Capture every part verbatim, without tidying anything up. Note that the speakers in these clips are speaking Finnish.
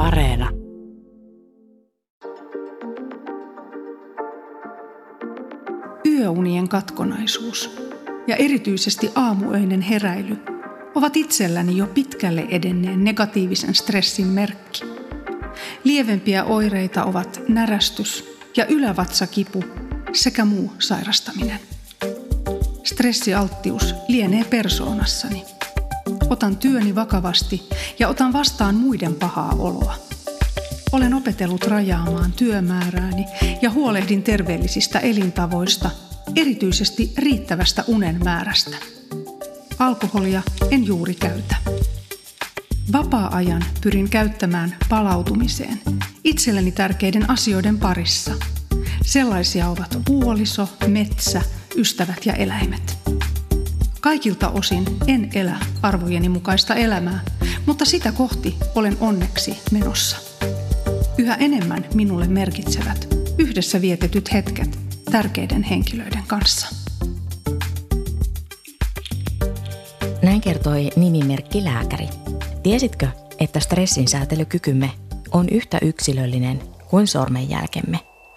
Areena. Yöunien katkonaisuus ja erityisesti aamuöinen heräily ovat itselläni jo pitkälle edenneen negatiivisen stressin merkki. Lievempiä oireita ovat närästys ja ylävatsakipu sekä muu sairastaminen. Stressialttius lienee persoonassani. Otan työni vakavasti ja otan vastaan muiden pahaa oloa. Olen opetellut rajaamaan työmäärääni ja huolehdin terveellisistä elintavoista, erityisesti riittävästä unen määrästä. Alkoholia en juuri käytä. Vapaa-ajan pyrin käyttämään palautumiseen itselleni tärkeiden asioiden parissa. Sellaisia ovat puoliso, metsä, ystävät ja eläimet. Kaikilta osin en elä arvojeni mukaista elämää, mutta sitä kohti olen onneksi menossa. Yhä enemmän minulle merkitsevät yhdessä vietetyt hetket tärkeiden henkilöiden kanssa. Näin kertoi nimimerkki lääkäri. Tiesitkö, että stressin säätelykykymme on yhtä yksilöllinen kuin sormenjälkemme?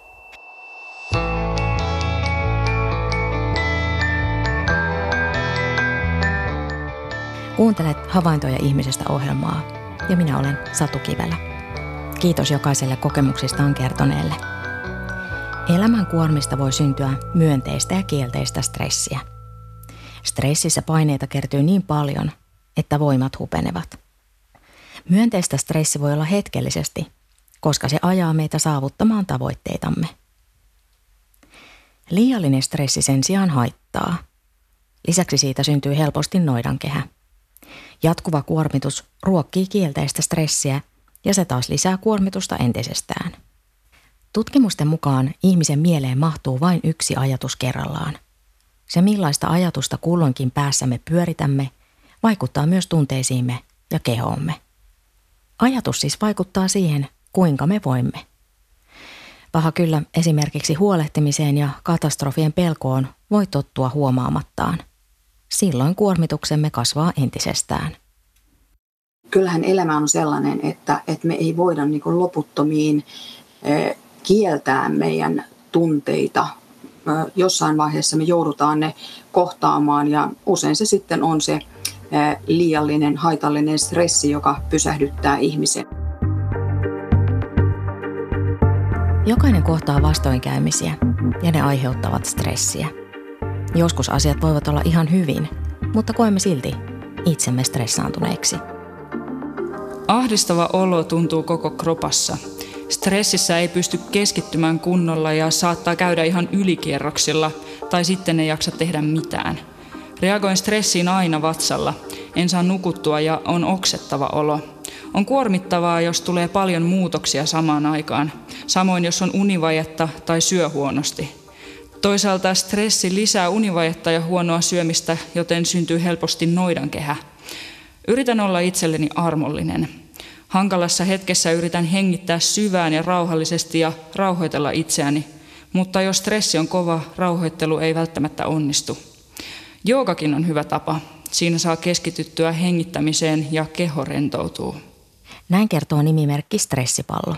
Kuuntelet Havaintoja ihmisestä -ohjelmaa ja minä olen Satu Kivelä. Kiitos jokaiselle kokemuksistaan kertoneelle. Elämän kuormista voi syntyä myönteistä ja kielteistä stressiä. Stressissä paineita kertyy niin paljon, että voimat hupenevat. Myönteistä stressi voi olla hetkellisesti, koska se ajaa meitä saavuttamaan tavoitteitamme. Liiallinen stressi sen sijaan haittaa. Lisäksi siitä syntyy helposti noidankehä. Jatkuva kuormitus ruokkii kielteistä stressiä ja se taas lisää kuormitusta entisestään. Tutkimusten mukaan ihmisen mieleen mahtuu vain yksi ajatus kerrallaan. Se, millaista ajatusta kulloinkin päässämme pyöritämme, vaikuttaa myös tunteisiimme ja kehoomme. Ajatus siis vaikuttaa siihen, kuinka me voimme. Paha kyllä, esimerkiksi huolehtimiseen ja katastrofien pelkoon voi tottua huomaamattaan. Silloin kuormituksemme kasvaa entisestään. Kyllähän elämä on sellainen, että, että me ei voida niin kuin loputtomiin eh, kieltää meidän tunteita. Eh, jossain vaiheessa me joudutaan ne kohtaamaan ja usein se sitten on se eh, liiallinen, haitallinen stressi, joka pysähdyttää ihmisen. Jokainen kohtaa vastoinkäymisiä ja ne aiheuttavat stressiä. Joskus asiat voivat olla ihan hyvin, mutta koemme silti itsemme stressaantuneeksi. Ahdistava olo tuntuu koko kropassa. Stressissä ei pysty keskittymään kunnolla ja saattaa käydä ihan ylikierroksilla tai sitten ei jaksa tehdä mitään. Reagoin stressiin aina vatsalla. En saa nukuttua ja on oksettava olo. On kuormittavaa, jos tulee paljon muutoksia samaan aikaan. Samoin jos on univajetta tai syö huonosti. Toisaalta stressi lisää univajetta ja huonoa syömistä, joten syntyy helposti noidankehä. Yritän olla itselleni armollinen. Hankalassa hetkessä yritän hengittää syvään ja rauhallisesti ja rauhoitella itseäni, mutta jos stressi on kova, rauhoittelu ei välttämättä onnistu. Joogakin on hyvä tapa. Siinä saa keskityttyä hengittämiseen ja keho rentoutuu. Näin kertoo nimimerkki Stressipallo.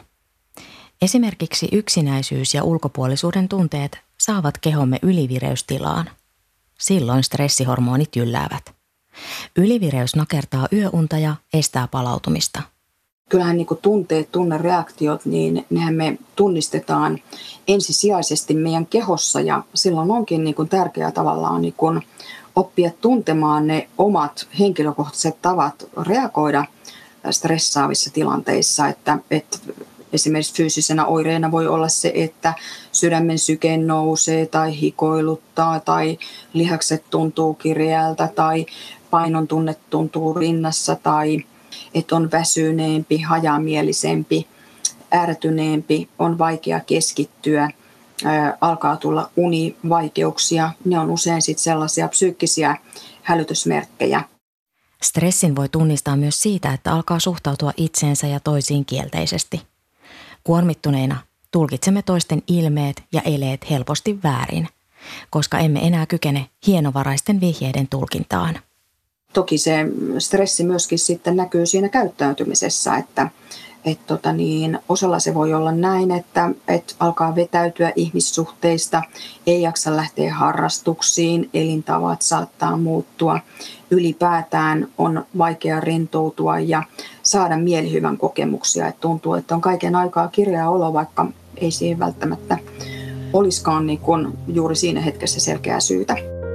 Esimerkiksi yksinäisyys ja ulkopuolisuuden tunteet saavat kehomme ylivireystilaan. Silloin stressihormonit jylläävät. Ylivireys nakertaa yöunta ja estää palautumista. Kyllähän niin kuin tunteet, tunnereaktiot, niin nehän me tunnistetaan ensisijaisesti meidän kehossa ja silloin onkin niin kuin tärkeää tavallaan niin kuin oppia tuntemaan ne omat henkilökohtaiset tavat reagoida stressaavissa tilanteissa, että, että esimerkiksi fyysisenä oireena voi olla se, että sydämen syke nousee tai hikoiluttaa tai lihakset tuntuu kireältä tai painon tunne tuntuu rinnassa tai että on väsyneempi, hajamielisempi, ärtyneempi, on vaikea keskittyä, ää, alkaa tulla univaikeuksia. Ne on usein sit sellaisia psyykkisiä hälytysmerkkejä. Stressin voi tunnistaa myös siitä, että alkaa suhtautua itseensä ja toisiin kielteisesti. Kuormittuneina tulkitsemme toisten ilmeet ja eleet helposti väärin, koska emme enää kykene hienovaraisten vihjeiden tulkintaan. Toki se stressi myöskin sitten näkyy siinä käyttäytymisessä, että, et tota niin, osalla se voi olla näin, että et alkaa vetäytyä ihmissuhteista, ei jaksa lähteä harrastuksiin, elintavat saattaa muuttua. Ylipäätään on vaikea rentoutua ja saada mielihyvän kokemuksia. Et tuntuu, että on kaiken aikaa kireä olo, vaikka ei siihen välttämättä olisikaan niin kuin juuri siinä hetkessä selkeää syytä.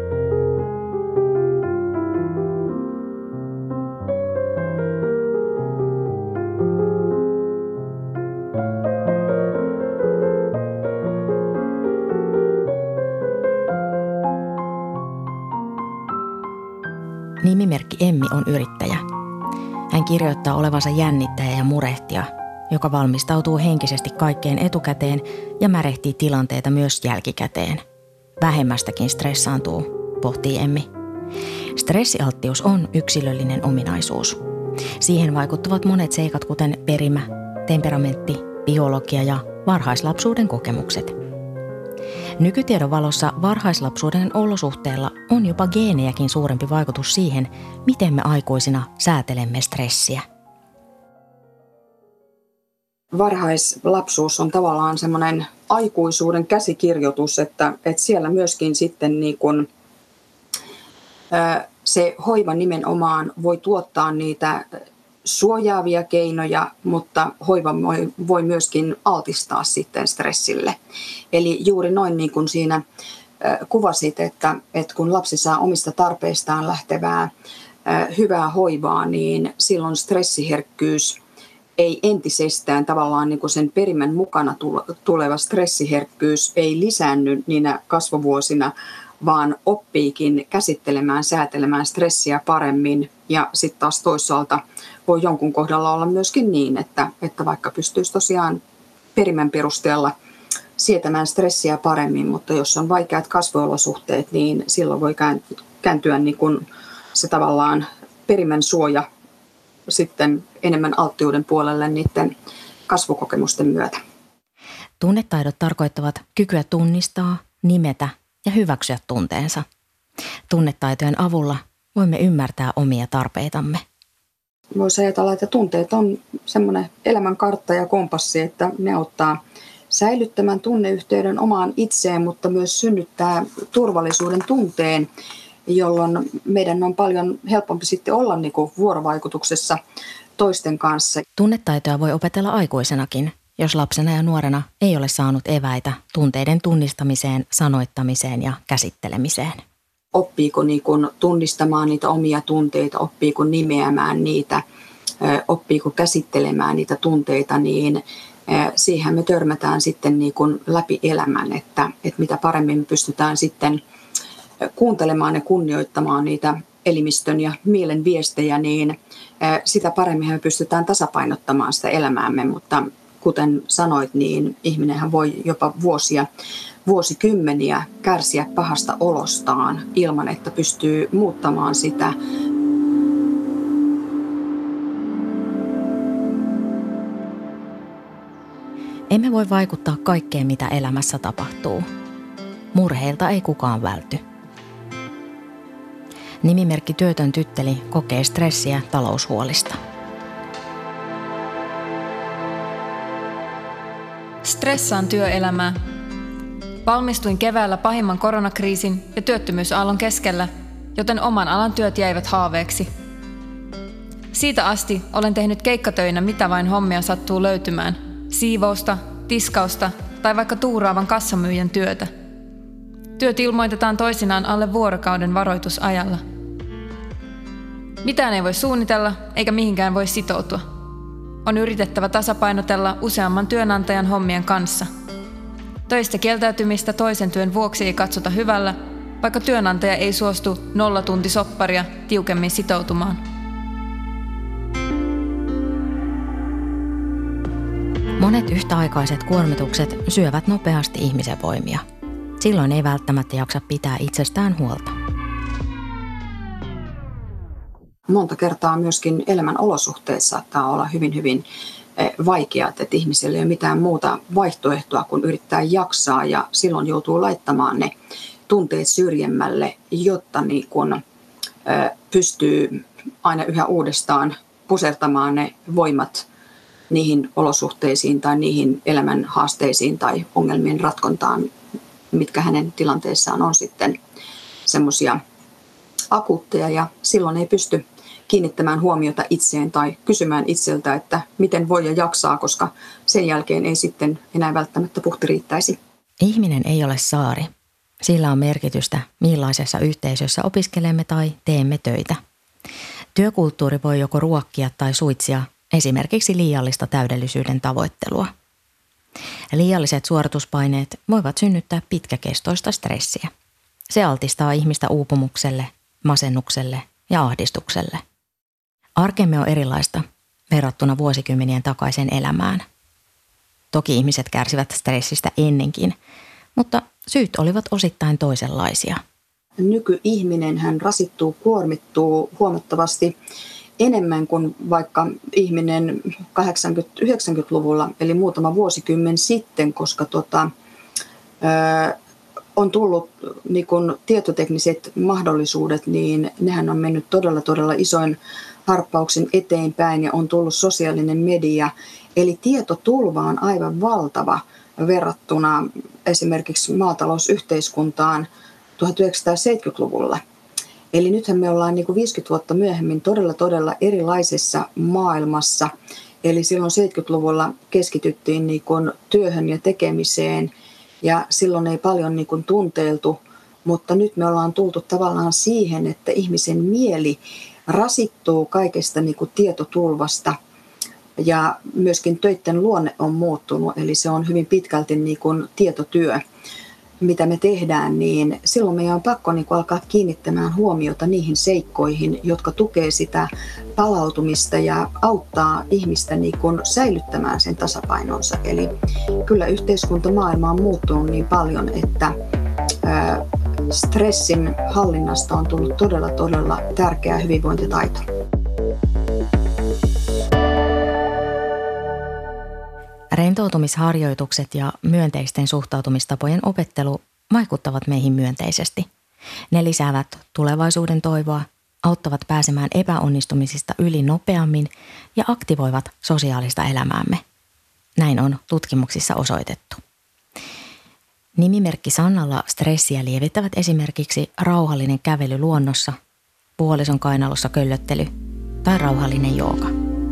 Nimimerkki Emmi on yrittäjä. Hän kirjoittaa olevansa jännittäjä ja murehtija, joka valmistautuu henkisesti kaikkeen etukäteen ja märehtii tilanteita myös jälkikäteen. Vähemmästäkin stressaantuu, pohtii Emmi. Stressialttius on yksilöllinen ominaisuus. Siihen vaikuttavat monet seikat, kuten perimä, temperamentti, biologia ja varhaislapsuuden kokemukset. Nykytiedon valossa varhaislapsuuden olosuhteilla on jopa geenejäkin suurempi vaikutus siihen, miten me aikuisina säätelemme stressiä. Varhaislapsuus on tavallaan semmoinen aikuisuuden käsikirjoitus, että, että siellä myöskin sitten niin kun, se hoiva nimenomaan voi tuottaa niitä suojaavia keinoja, mutta hoiva voi, voi myöskin altistaa sitten stressille. Eli juuri noin niin kuin siinä kuvasit, että, että kun lapsi saa omista tarpeistaan lähtevää hyvää hoivaa, niin silloin stressiherkkyys ei entisestään tavallaan niin kuin sen perimän mukana tuleva stressiherkkyys ei lisäänny niinä kasvuvuosina, vaan oppiikin käsittelemään, säätelemään stressiä paremmin. Ja sitten taas toisaalta voi jonkun kohdalla olla myöskin niin, että, että vaikka pystyisi tosiaan perimän perusteella sietämään stressiä paremmin, mutta jos on vaikeat kasvuolosuhteet, niin silloin voi kääntyä niin kuin se tavallaan perimän suoja sitten enemmän alttiuden puolelle niiden kasvukokemusten myötä. Tunnetaidot tarkoittavat kykyä tunnistaa, nimetä ja hyväksyä tunteensa. Tunnetaitojen avulla voimme ymmärtää omia tarpeitamme. Voisi ajatella, että tunteet on semmoinen elämänkartta ja kompassi, että ne auttaa säilyttämään tunneyhteyden omaan itseen, mutta myös synnyttää turvallisuuden tunteen, jolloin meidän on paljon helpompi sitten olla niin kuin vuorovaikutuksessa toisten kanssa. Tunnetaitoja voi opetella aikuisenakin, jos lapsena ja nuorena ei ole saanut eväitä tunteiden tunnistamiseen, sanoittamiseen ja käsittelemiseen. Oppiiko niin kuin tunnistamaan niitä omia tunteita, oppiiko nimeämään niitä, oppiiko käsittelemään niitä tunteita, niin siihen me törmätään sitten niin kuin läpi elämän, että, että mitä paremmin me pystytään sitten kuuntelemaan ja kunnioittamaan niitä elimistön ja mielen viestejä, niin sitä paremmin me pystytään tasapainottamaan sitä elämäämme, mutta kuten sanoit, niin ihminenhän voi jopa vuosia, vuosikymmeniä kärsiä pahasta olostaan ilman, että pystyy muuttamaan sitä. Emme voi vaikuttaa kaikkeen, mitä elämässä tapahtuu. Murheilta ei kukaan välty. Nimimerkki Työtön tytteli kokee stressiä taloushuolista. Stressaan työelämää. Valmistuin keväällä pahimman koronakriisin ja työttömyysaallon keskellä, joten oman alan työt jäivät haaveeksi. Siitä asti olen tehnyt keikkatöinä mitä vain hommia sattuu löytymään. Siivousta, tiskausta tai vaikka tuuraavan kassamyyjän työtä. Työt ilmoitetaan toisinaan alle vuorokauden varoitusajalla. Mitään ei voi suunnitella eikä mihinkään voi sitoutua. On yritettävä tasapainotella useamman työnantajan hommien kanssa. Töistä kieltäytymistä toisen työn vuoksi ei katsota hyvällä, vaikka työnantaja ei suostu nollatuntisopparia tiukemmin sitoutumaan. Monet yhtäaikaiset kuormitukset syövät nopeasti ihmisen voimia. Silloin ei välttämättä jaksa pitää itsestään huolta. Monta kertaa myöskin elämän olosuhteet saattaa olla hyvin, hyvin vaikeat, että ihmisellä ei ole mitään muuta vaihtoehtoa kuin yrittää jaksaa ja silloin joutuu laittamaan ne tunteet syrjemmälle, jotta niin kun pystyy aina yhä uudestaan pusertamaan ne voimat niihin olosuhteisiin tai niihin elämän haasteisiin tai ongelmien ratkontaan, mitkä hänen tilanteessaan on sitten semmoisia akuutteja, ja silloin ei pysty kiinnittämään huomiota itseen tai kysymään itseltä, että miten voi ja jaksaa, koska sen jälkeen ei sitten enää välttämättä puhti riittäisi. Ihminen ei ole saari. Sillä on merkitystä, millaisessa yhteisössä opiskelemme tai teemme töitä. Työkulttuuri voi joko ruokkia tai suitsia esimerkiksi liiallista täydellisyyden tavoittelua. Liialliset suorituspaineet voivat synnyttää pitkäkestoista stressiä. Se altistaa ihmistä uupumukselle, masennukselle ja ahdistukselle. Arkemme on erilaista verrattuna vuosikymmenien takaiseen elämään. Toki ihmiset kärsivät stressistä ennenkin, mutta syyt olivat osittain toisenlaisia. Nykyihminen hän rasittuu, kuormittuu huomattavasti enemmän kuin vaikka ihminen kahdeksankymmentä-yhdeksänkymmentäluvulla, eli muutama vuosikymmen sitten, koska tota, ö, on tullut niin kun tietotekniset mahdollisuudet, niin nehän on mennyt todella, todella isoin harppauksen eteenpäin ja on tullut sosiaalinen media. Eli tietotulva on aivan valtava verrattuna esimerkiksi maatalousyhteiskuntaan tuhatyhdeksänsataaseitsemänkymmentäluvulla. Eli nythän me ollaan niin kuin viisikymmentä vuotta myöhemmin todella, todella erilaisessa maailmassa. Eli silloin seitsemänkymmentäluvulla keskityttiin niin kuin työhön ja tekemiseen ja silloin ei paljon niin kuin tunteiltu, mutta nyt me ollaan tultu tavallaan siihen, että ihmisen mieli rasittuu kaikesta niin kuin tietotulvasta ja myöskin töiden luonne on muuttunut, eli se on hyvin pitkälti niin kuin tietotyö, mitä me tehdään, niin silloin meidän on pakko niin kuin alkaa kiinnittämään huomiota niihin seikkoihin, jotka tukee sitä palautumista ja auttaa ihmistä niin kuin säilyttämään sen tasapainonsa. Eli kyllä yhteiskuntamaailma on muuttunut niin paljon, että ää, stressin hallinnasta on tullut todella, todella tärkeä hyvinvointitaito. Rentoutumisharjoitukset ja myönteisten suhtautumistapojen opettelu vaikuttavat meihin myönteisesti. Ne lisäävät tulevaisuuden toivoa, auttavat pääsemään epäonnistumisista yli nopeammin ja aktivoivat sosiaalista elämäämme. Näin on tutkimuksissa osoitettu. Nimimerkki Sannalla stressiä lievittävät esimerkiksi rauhallinen kävely luonnossa, puolison kainalossa köllöttely tai rauhallinen jooga.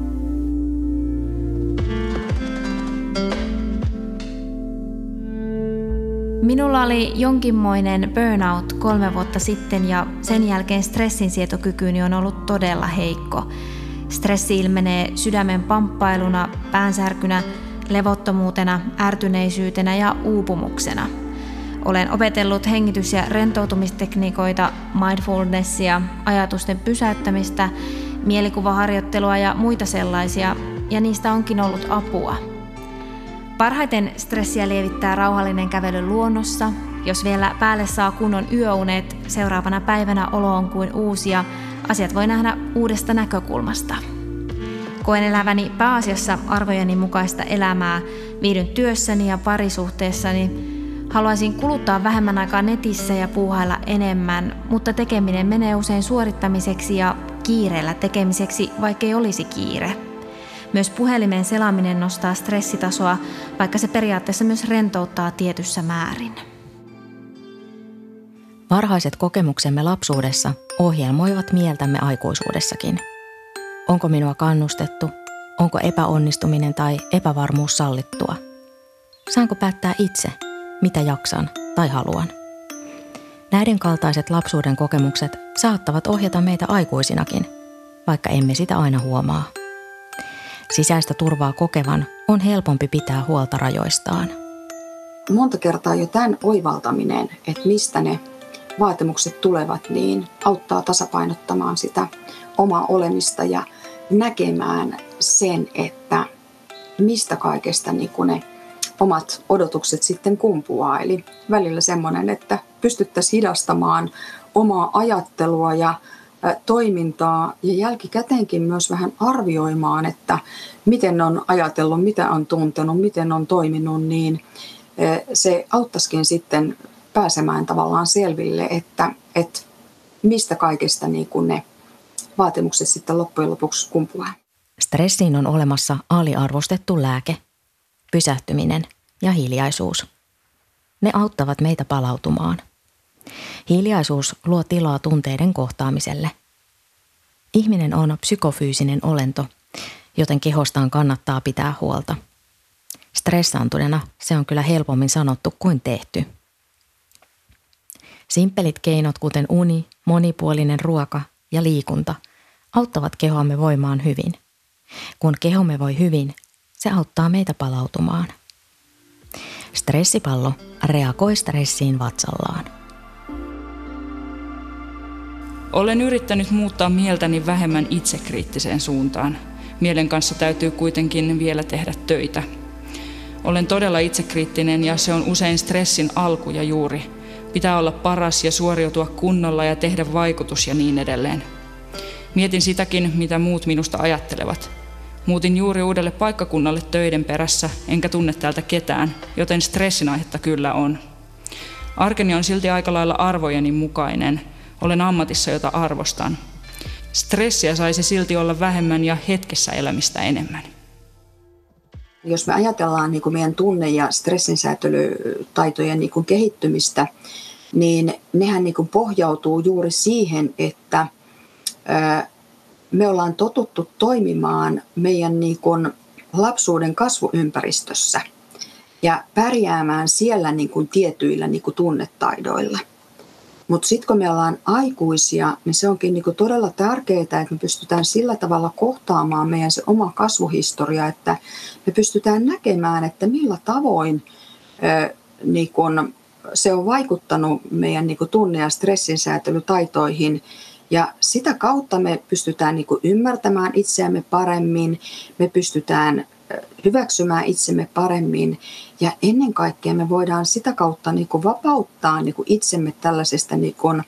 Minulla oli jonkinmoinen burnout kolme vuotta sitten ja sen jälkeen stressinsietokykyni on ollut todella heikko. Stressi ilmenee sydämen pamppailuna, päänsärkynä, levottomuutena, ärtyneisyytenä ja uupumuksena. Olen opetellut hengitys- ja rentoutumistekniikoita, mindfulnessia, ajatusten pysäyttämistä, mielikuvaharjoittelua ja muita sellaisia, ja niistä onkin ollut apua. Parhaiten stressiä lievittää rauhallinen kävely luonnossa. Jos vielä päälle saa kunnon yöunet, seuraavana päivänä olo on kuin uusi ja asiat voi nähdä uudesta näkökulmasta. Koen eläväni pääasiassa arvojeni mukaista elämää, viihdyn työssäni ja parisuhteessani. Haluaisin kuluttaa vähemmän aikaa netissä ja puuhailla enemmän, mutta tekeminen menee usein suorittamiseksi ja kiireellä tekemiseksi, vaikkei olisi kiire. Myös puhelimen selaaminen nostaa stressitasoa, vaikka se periaatteessa myös rentouttaa tietyssä määrin. Varhaiset kokemuksemme lapsuudessa ohjelmoivat mieltämme aikuisuudessakin. Onko minua kannustettu? Onko epäonnistuminen tai epävarmuus sallittua? Saanko päättää itse, mitä jaksan tai haluan? Näiden kaltaiset lapsuuden kokemukset saattavat ohjata meitä aikuisinakin, vaikka emme sitä aina huomaa. Sisäistä turvaa kokevan on helpompi pitää huolta rajoistaan. Monta kertaa jo tämän oivaltaminen, että mistä ne vaatimukset tulevat, niin auttaa tasapainottamaan sitä omaa olemista ja näkemään sen, että mistä kaikesta niin kuin ne omat odotukset sitten kumpuaa. Eli välillä semmoinen, että pystyttäisiin hidastamaan omaa ajattelua ja toimintaa ja jälkikäteenkin myös vähän arvioimaan, että miten on ajatellut, mitä on tuntenut, miten on toiminut, niin se auttaisikin sitten pääsemään tavallaan selville, että, että mistä kaikesta niin kuin ne vaatimukset sitten loppujen lopuksi kumpuaa. Stressiin on olemassa aliarvostettu lääke, pysähtyminen ja hiljaisuus. Ne auttavat meitä palautumaan. Hiljaisuus luo tilaa tunteiden kohtaamiselle. Ihminen on psykofyysinen olento, joten kehostaan kannattaa pitää huolta. Stressaantuneena se on kyllä helpommin sanottu kuin tehty. Simppelit keinot kuten uni, monipuolinen ruoka ja liikunta auttavat kehoamme voimaan hyvin. Kun kehomme voi hyvin, se auttaa meitä palautumaan. Stressipallo reagoi stressiin vatsallaan. Olen yrittänyt muuttaa mieltäni vähemmän itsekriittiseen suuntaan. Mielen kanssa täytyy kuitenkin vielä tehdä töitä. Olen todella itsekriittinen ja se on usein stressin alku ja juuri. Pitää olla paras ja suoriutua kunnolla ja tehdä vaikutus ja niin edelleen. Mietin sitäkin, mitä muut minusta ajattelevat. Muutin juuri uudelle paikkakunnalle töiden perässä, enkä tunne täältä ketään, joten stressin aihetta kyllä on. Arkeni on silti aika lailla arvojeni mukainen. Olen ammatissa, jota arvostan. Stressiä saisi silti olla vähemmän ja hetkessä elämistä enemmän. Jos me ajatellaan niin kuin meidän tunne- ja stressinsäätelytaitojen niin kuin kehittymistä, niin nehän niin kuin pohjautuu juuri siihen, että me ollaan totuttu toimimaan meidän niin kuin lapsuuden kasvuympäristössä ja pärjäämään siellä niin kuin tietyillä niin kuin tunnetaidoilla. Mutta sitten kun me ollaan aikuisia, niin se onkin niinku todella tärkeää, että me pystytään sillä tavalla kohtaamaan meidän se oma kasvuhistoria, että me pystytään näkemään, että millä tavoin ö, niinku se on vaikuttanut meidän niinku tunne- ja stressinsäätelytaitoihin. Ja sitä kautta me pystytään niinku ymmärtämään itseämme paremmin, me pystytään hyväksymään itsemme paremmin ja ennen kaikkea me voidaan sitä kautta niin kuin vapauttaa niin kuin itsemme tällaisesta niin kuin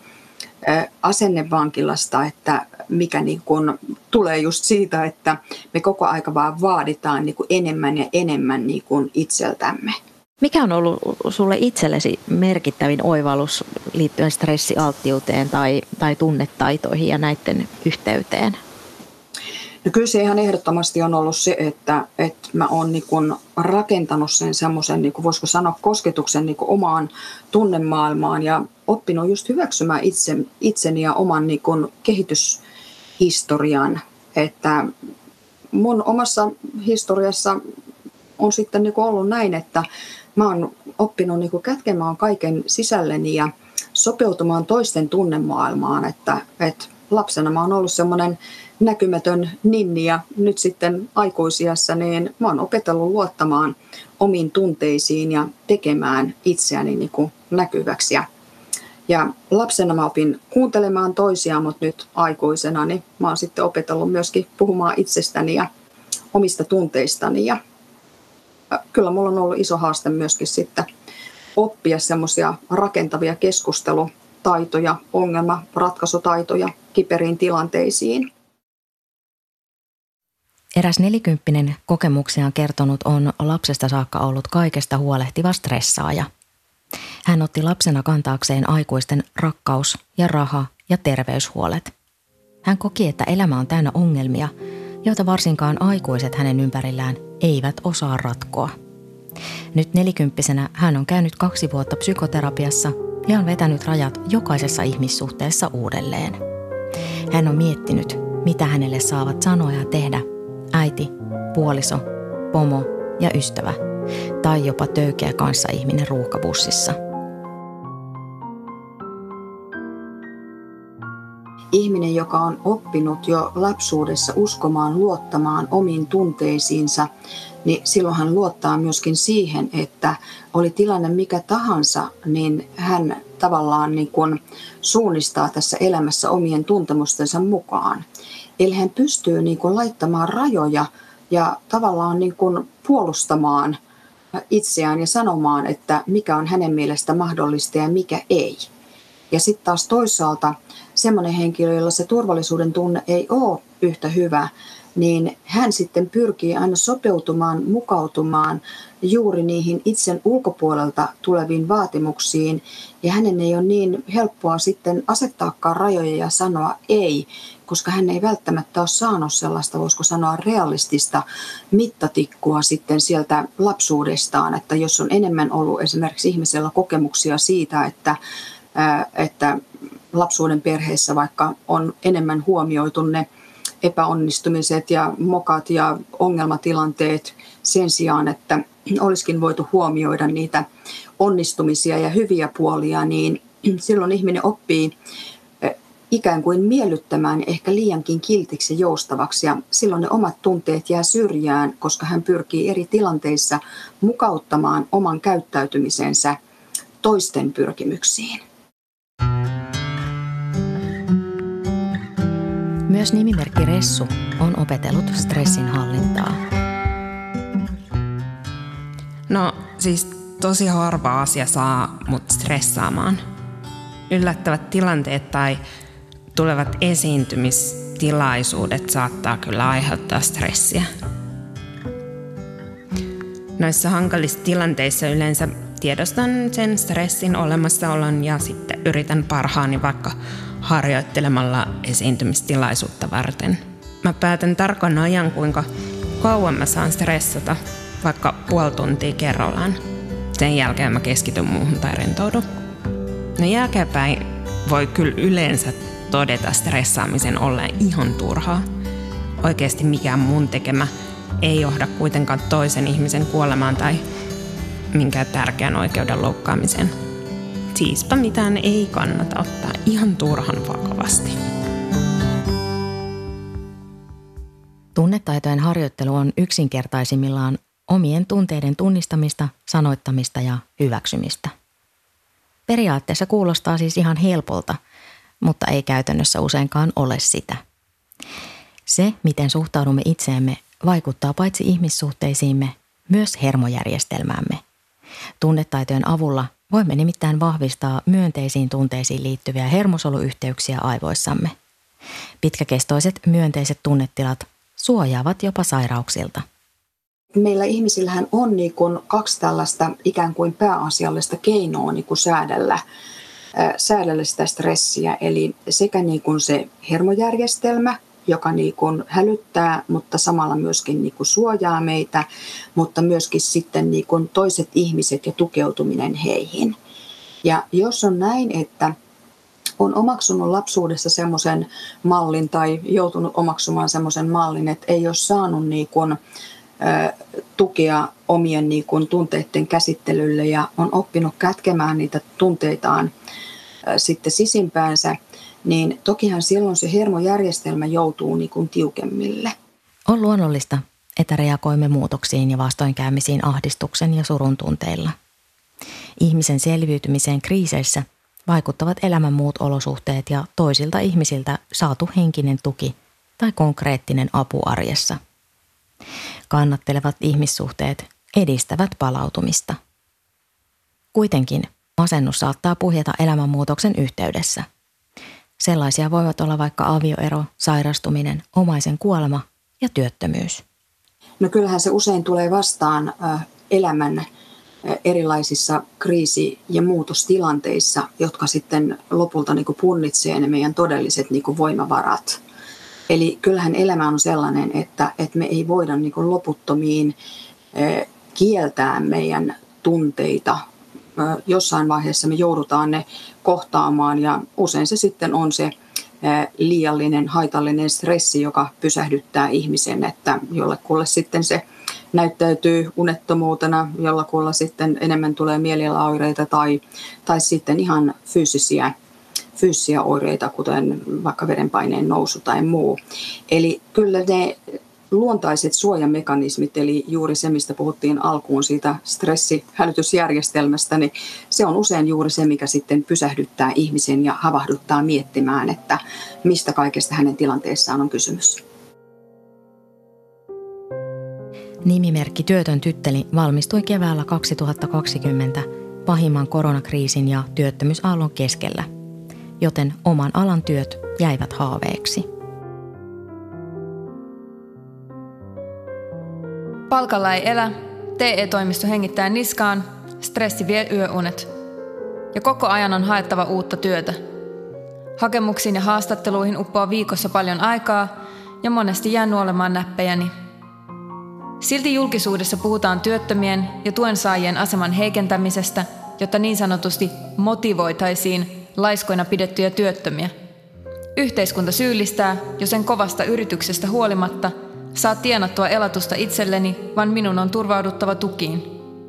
asennevankilasta, että mikä niin kuin tulee just siitä, että me koko aika vaan vaaditaan niin kuin enemmän ja enemmän niin kuin itseltämme. Mikä on ollut sulle itsellesi merkittävin oivallus liittyen stressialttiuteen tai, tai tunnetaitoihin ja näiden yhteyteen? No kyllä se ihan ehdottomasti on ollut se, että, että mä oon niin kuin rakentanut sen semmoisen, niin kuin voisiko sanoa, kosketuksen niin kuin omaan tunnemaailmaan ja oppinut just hyväksymään itse, itseni ja oman niin kuin kehityshistorian. Että mun omassa historiassa on sitten niin kuin ollut näin, että mä oon oppinut niin kuin kätkemään kaiken sisälleni ja sopeutumaan toisten tunnemaailmaan, että, että lapsena mä oon ollut semmoinen näkymätön ninni ja nyt sitten aikuisiassa niin mä oon opetellut luottamaan omiin tunteisiin ja tekemään itseäni niin kuin näkyväksi. Ja, ja lapsena mä opin kuuntelemaan toisiaan, mutta nyt aikuisena niin mä oon sitten opetellut myöskin puhumaan itsestäni ja omista tunteistani. Ja kyllä mulla on ollut iso haaste myöskin sitten oppia semmoisia rakentavia keskustelutaitoja, ongelmanratkaisutaitoja kiperiin tilanteisiin. Eräs nelikymppinen kokemuksiaan kertonut on lapsesta saakka ollut kaikesta huolehtiva stressaaja. Hän otti lapsena kantaakseen aikuisten rakkaus- ja raha- ja terveyshuolet. Hän koki, että elämä on täynnä ongelmia, joita varsinkaan aikuiset hänen ympärillään eivät osaa ratkoa. Nyt nelikymppisenä hän on käynyt kaksi vuotta psykoterapiassa ja on vetänyt rajat jokaisessa ihmissuhteessa uudelleen. Hän on miettinyt, mitä hänelle saavat sanoa ja tehdä äiti, puoliso, pomo ja ystävä tai jopa töykeä kanssaihminen ruuhkabussissa. Ihminen, joka on oppinut jo lapsuudessa uskomaan, luottamaan omiin tunteisiinsa, niin silloin hän luottaa myöskin siihen, että oli tilanne mikä tahansa, niin hän tavallaan niin kuin suunnistaa tässä elämässä omien tuntemustensa mukaan. Eli hän pystyy niin kuin laittamaan rajoja ja tavallaan niin kuin puolustamaan itseään ja sanomaan, että mikä on hänen mielestä mahdollista ja mikä ei. Ja sitten taas toisaalta semmoinen henkilö, jolla se turvallisuuden tunne ei ole yhtä hyvä, niin hän sitten pyrkii aina sopeutumaan, mukautumaan juuri niihin itsen ulkopuolelta tuleviin vaatimuksiin. Ja hänen ei ole niin helppoa sitten asettaakaan rajoja ja sanoa ei, koska hän ei välttämättä ole saanut sellaista, voisiko sanoa, realistista mittatikkua sitten sieltä lapsuudestaan. Että jos on enemmän ollut esimerkiksi ihmisellä kokemuksia siitä, että, että lapsuuden perheessä vaikka on enemmän huomioitu ne epäonnistumiset ja mokat ja ongelmatilanteet sen sijaan, että olisikin voitu huomioida niitä onnistumisia ja hyviä puolia, niin silloin ihminen oppii ikään kuin miellyttämään ehkä liiankin kiltiksi ja joustavaksi ja silloin ne omat tunteet jää syrjään, koska hän pyrkii eri tilanteissa mukauttamaan oman käyttäytymisensä toisten pyrkimyksiin. Myös nimimerkki Ressu on opetellut stressin hallintaa. No siis tosi harva asia saa mut stressaamaan. Yllättävät tilanteet tai tulevat esiintymistilaisuudet saattaa kyllä aiheuttaa stressiä. Noissa hankalissa tilanteissa yleensä tiedostan sen stressin olemassaolon ja sitten yritän parhaani vaikka harjoittelemalla esiintymistilaisuutta varten. Mä päätän tarkan ajan, kuinka kauan mä saan stressata, vaikka puoli tuntia kerrallaan. Sen jälkeen mä keskityn muuhun tai rentoudun. No jälkeenpäin voi kyllä yleensä todeta stressaamisen olleen ihan turhaa. Oikeasti mikään mun tekemä ei johda kuitenkaan toisen ihmisen kuolemaan tai minkään tärkeän oikeuden loukkaamiseen. Siispä mitään ei kannata ottaa ihan turhan vakavasti. Tunnetaitojen harjoittelu on yksinkertaisimmillaan omien tunteiden tunnistamista, sanoittamista ja hyväksymistä. Periaatteessa kuulostaa siis ihan helpolta, mutta ei käytännössä useinkaan ole sitä. Se, miten suhtaudumme itseemme, vaikuttaa paitsi ihmissuhteisiimme, myös hermojärjestelmäämme. Tunnetaitojen avulla voimme nimittäin vahvistaa myönteisiin tunteisiin liittyviä hermosoluyhteyksiä aivoissamme. Pitkäkestoiset myönteiset tunnetilat suojaavat jopa sairauksilta. Meillä ihmisillähän on niin kuin kaksi tällaista ikään kuin pääasiallista keinoa niin kuin säädellä, säädellä sitä stressiä. Eli sekä niin kuin se hermojärjestelmä, joka niin kuin hälyttää, mutta samalla myöskin niin kuin suojaa meitä, mutta myöskin sitten niin kuin toiset ihmiset ja tukeutuminen heihin. Ja jos on näin, että on omaksunut lapsuudessa semmoisen mallin tai joutunut omaksumaan semmoisen mallin, että ei ole saanut niin kuin, ä, tukea omien niin kuin tunteiden käsittelylle ja on oppinut kätkemään niitä tunteitaan ä, sitten sisimpäänsä, niin tokihan silloin se hermojärjestelmä joutuu niin kuin tiukemmille. On luonnollista, että reagoimme muutoksiin ja vastoinkäymisiin ahdistuksen ja surun tunteilla. Ihmisen selviytymiseen kriiseissä vaikuttavat elämän muut olosuhteet ja toisilta ihmisiltä saatu henkinen tuki tai konkreettinen apu arjessa. Kannattelevat ihmissuhteet edistävät palautumista. Kuitenkin masennus saattaa puhjeta elämänmuutoksen yhteydessä. Sellaisia voivat olla vaikka avioero, sairastuminen, omaisen kuolema ja työttömyys. No kyllähän se usein tulee vastaan elämän erilaisissa kriisi- ja muutostilanteissa, jotka sitten lopulta niin kuin punnitsee ne meidän todelliset niin kuin voimavarat. Eli kyllähän elämä on sellainen, että, että me ei voida niin kuin loputtomiin kieltää meidän tunteita. Jossain vaiheessa me joudutaan ne kohtaamaan ja usein se sitten on se liiallinen haitallinen stressi, joka pysähdyttää ihmisen, että jollekulle sitten se näyttäytyy unettomuutena, jollakulla sitten enemmän tulee mielialaoireita tai, tai sitten ihan fyysisiä, fyysisiä oireita, kuten vaikka verenpaineen nousu tai muu. Eli kyllä ne luontaiset suojamekanismit, eli juuri se, mistä puhuttiin alkuun siitä stressihälytysjärjestelmästä, niin se on usein juuri se, mikä sitten pysähdyttää ihmisen ja havahduttaa miettimään, että mistä kaikesta hänen tilanteessaan on kysymys. Nimimerkki Työtön tytteli valmistui keväällä kaksituhattakaksikymmentä pahimman koronakriisin ja työttömyysaallon keskellä, joten oman alan työt jäivät haaveeksi. Palkalla ei elä, T E-toimisto hengittää niskaan, stressi vie yöunet. Ja koko ajan on haettava uutta työtä. Hakemuksiin ja haastatteluihin uppoaa viikossa paljon aikaa ja monesti jää nuolemaan näppejäni. Silti julkisuudessa puhutaan työttömien ja tuen saajien aseman heikentämisestä, jotta niin sanotusti motivoitaisiin laiskoina pidettyjä työttömiä. Yhteiskunta syyllistää, jo sen kovasta yrityksestä huolimatta saa tienattua elatusta itselleni, vaan minun on turvauduttava tukiin.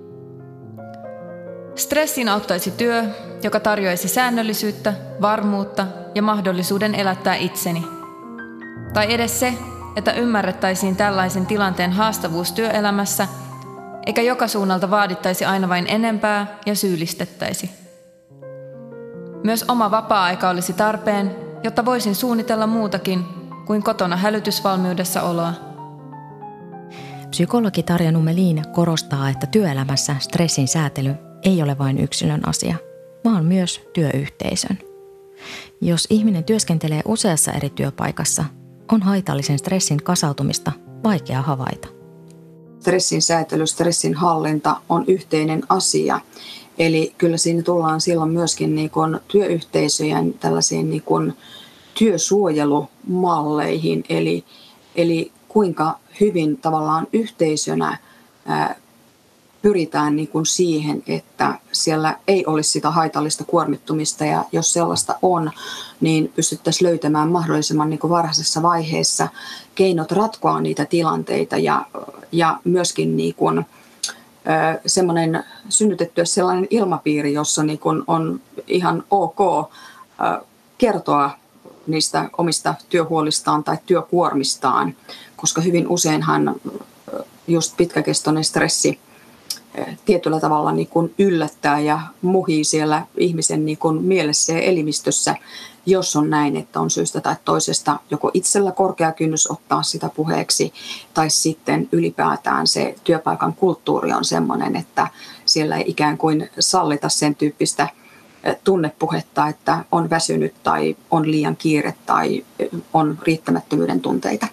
Stressiin auttaisi työ, joka tarjoaisi säännöllisyyttä, varmuutta ja mahdollisuuden elättää itseni. Tai edes se, että ymmärrettäisiin tällaisen tilanteen haastavuus työelämässä, eikä joka suunnalta vaadittaisi aina vain enempää ja syyllistettäisi. Myös oma vapaa-aika olisi tarpeen, jotta voisin suunnitella muutakin kuin kotona hälytysvalmiudessa oloa. Psykologi Tarja Nummelin korostaa, että työelämässä stressin säätely ei ole vain yksilön asia, vaan myös työyhteisön. Jos ihminen työskentelee useassa eri työpaikassa, on haitallisen stressin kasautumista vaikea havaita. Stressin säätely, stressin hallinta on yhteinen asia. Eli kyllä siinä tullaan silloin myöskin niin kuin työyhteisöjen tällaisiin niin kuin työsuojelumalleihin, eli, eli kuinka hyvin tavallaan yhteisönä ää, pyritään niin kuin siihen, että siellä ei olisi sitä haitallista kuormittumista, ja jos sellaista on, niin pystyttäisiin löytämään mahdollisimman niin kuin varhaisessa vaiheessa keinot ratkoa niitä tilanteita ja, ja myöskin niin kuin semmoinen synnytettyä sellainen ilmapiiri, jossa niin kuin on ihan ok kertoa niistä omista työhuolistaan tai työkuormistaan, koska hyvin useinhan just pitkäkestoinen stressi tietyllä tavalla niin kuin yllättää ja muhii siellä ihmisen niin kuin mielessä ja elimistössä, jos on näin, että on syystä tai toisesta joko itsellä korkea kynnys ottaa sitä puheeksi, tai sitten ylipäätään se työpaikan kulttuuri on sellainen, että siellä ei ikään kuin sallita sen tyyppistä tunnepuhetta, että on väsynyt tai on liian kiire tai on riittämättömyyden tunteita.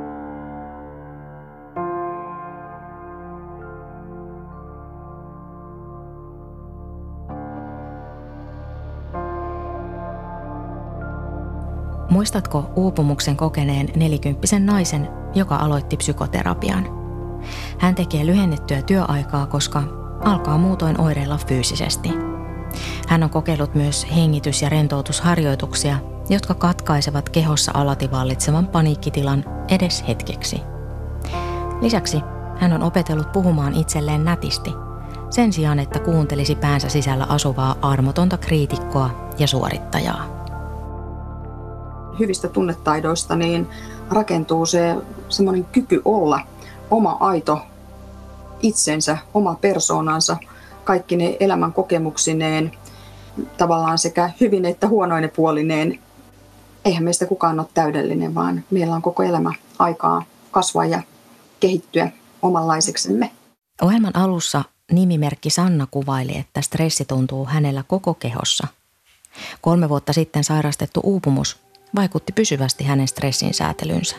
Muistatko uupumuksen kokeneen nelikymppisen naisen, joka aloitti psykoterapian? Hän tekee lyhennettyä työaikaa, koska alkaa muutoin oireilla fyysisesti. Hän on kokeillut myös hengitys- ja rentoutusharjoituksia, jotka katkaisevat kehossa alati vallitsevan paniikkitilan edes hetkeksi. Lisäksi hän on opetellut puhumaan itselleen nätisti, sen sijaan että kuuntelisi päänsä sisällä asuvaa armotonta kriitikkoa ja suorittajaa. Hyvistä tunnetaidoista niin rakentuu se semmoinen kyky olla oma aito itsensä, oma persoonansa, kaikki ne elämän kokemuksineen, tavallaan sekä hyvin että huonoine puolineen. Eihän meistä kukaan ole täydellinen, vaan meillä on koko elämä aikaa kasvaa ja kehittyä omanlaiseksemme. Ohjelman alussa nimimerkki Sanna kuvaili, että stressi tuntuu hänellä koko kehossa. Kolme vuotta sitten sairastettu uupumus vaikutti pysyvästi hänen stressin säätelynsä.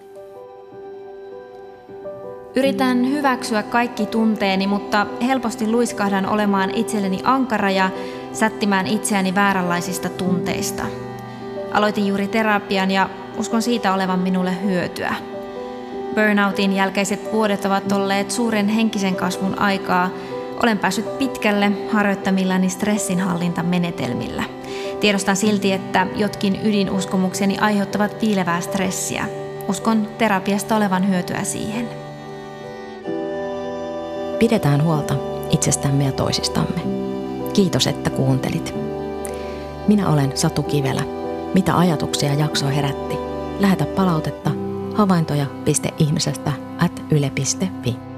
Yritän hyväksyä kaikki tunteeni, mutta helposti luiskahdan olemaan itselleni ankara ja sättimään itseäni vääränlaisista tunteista. Aloitin juuri terapian ja uskon siitä olevan minulle hyötyä. Burnoutin jälkeiset vuodet ovat olleet suuren henkisen kasvun aikaa. Olen päässyt pitkälle harjoittamillani stressinhallintamenetelmillä. Tiedostan silti, että jotkin ydinuskomukseni aiheuttavat piilevää stressiä. Uskon terapiasta olevan hyötyä siihen. Pidetään huolta itsestämme ja toisistamme. Kiitos, että kuuntelit. Minä olen Satu Kivelä. Mitä ajatuksia jakso herätti? Lähetä palautetta havaintoja piste ihmisestä at yle piste fi.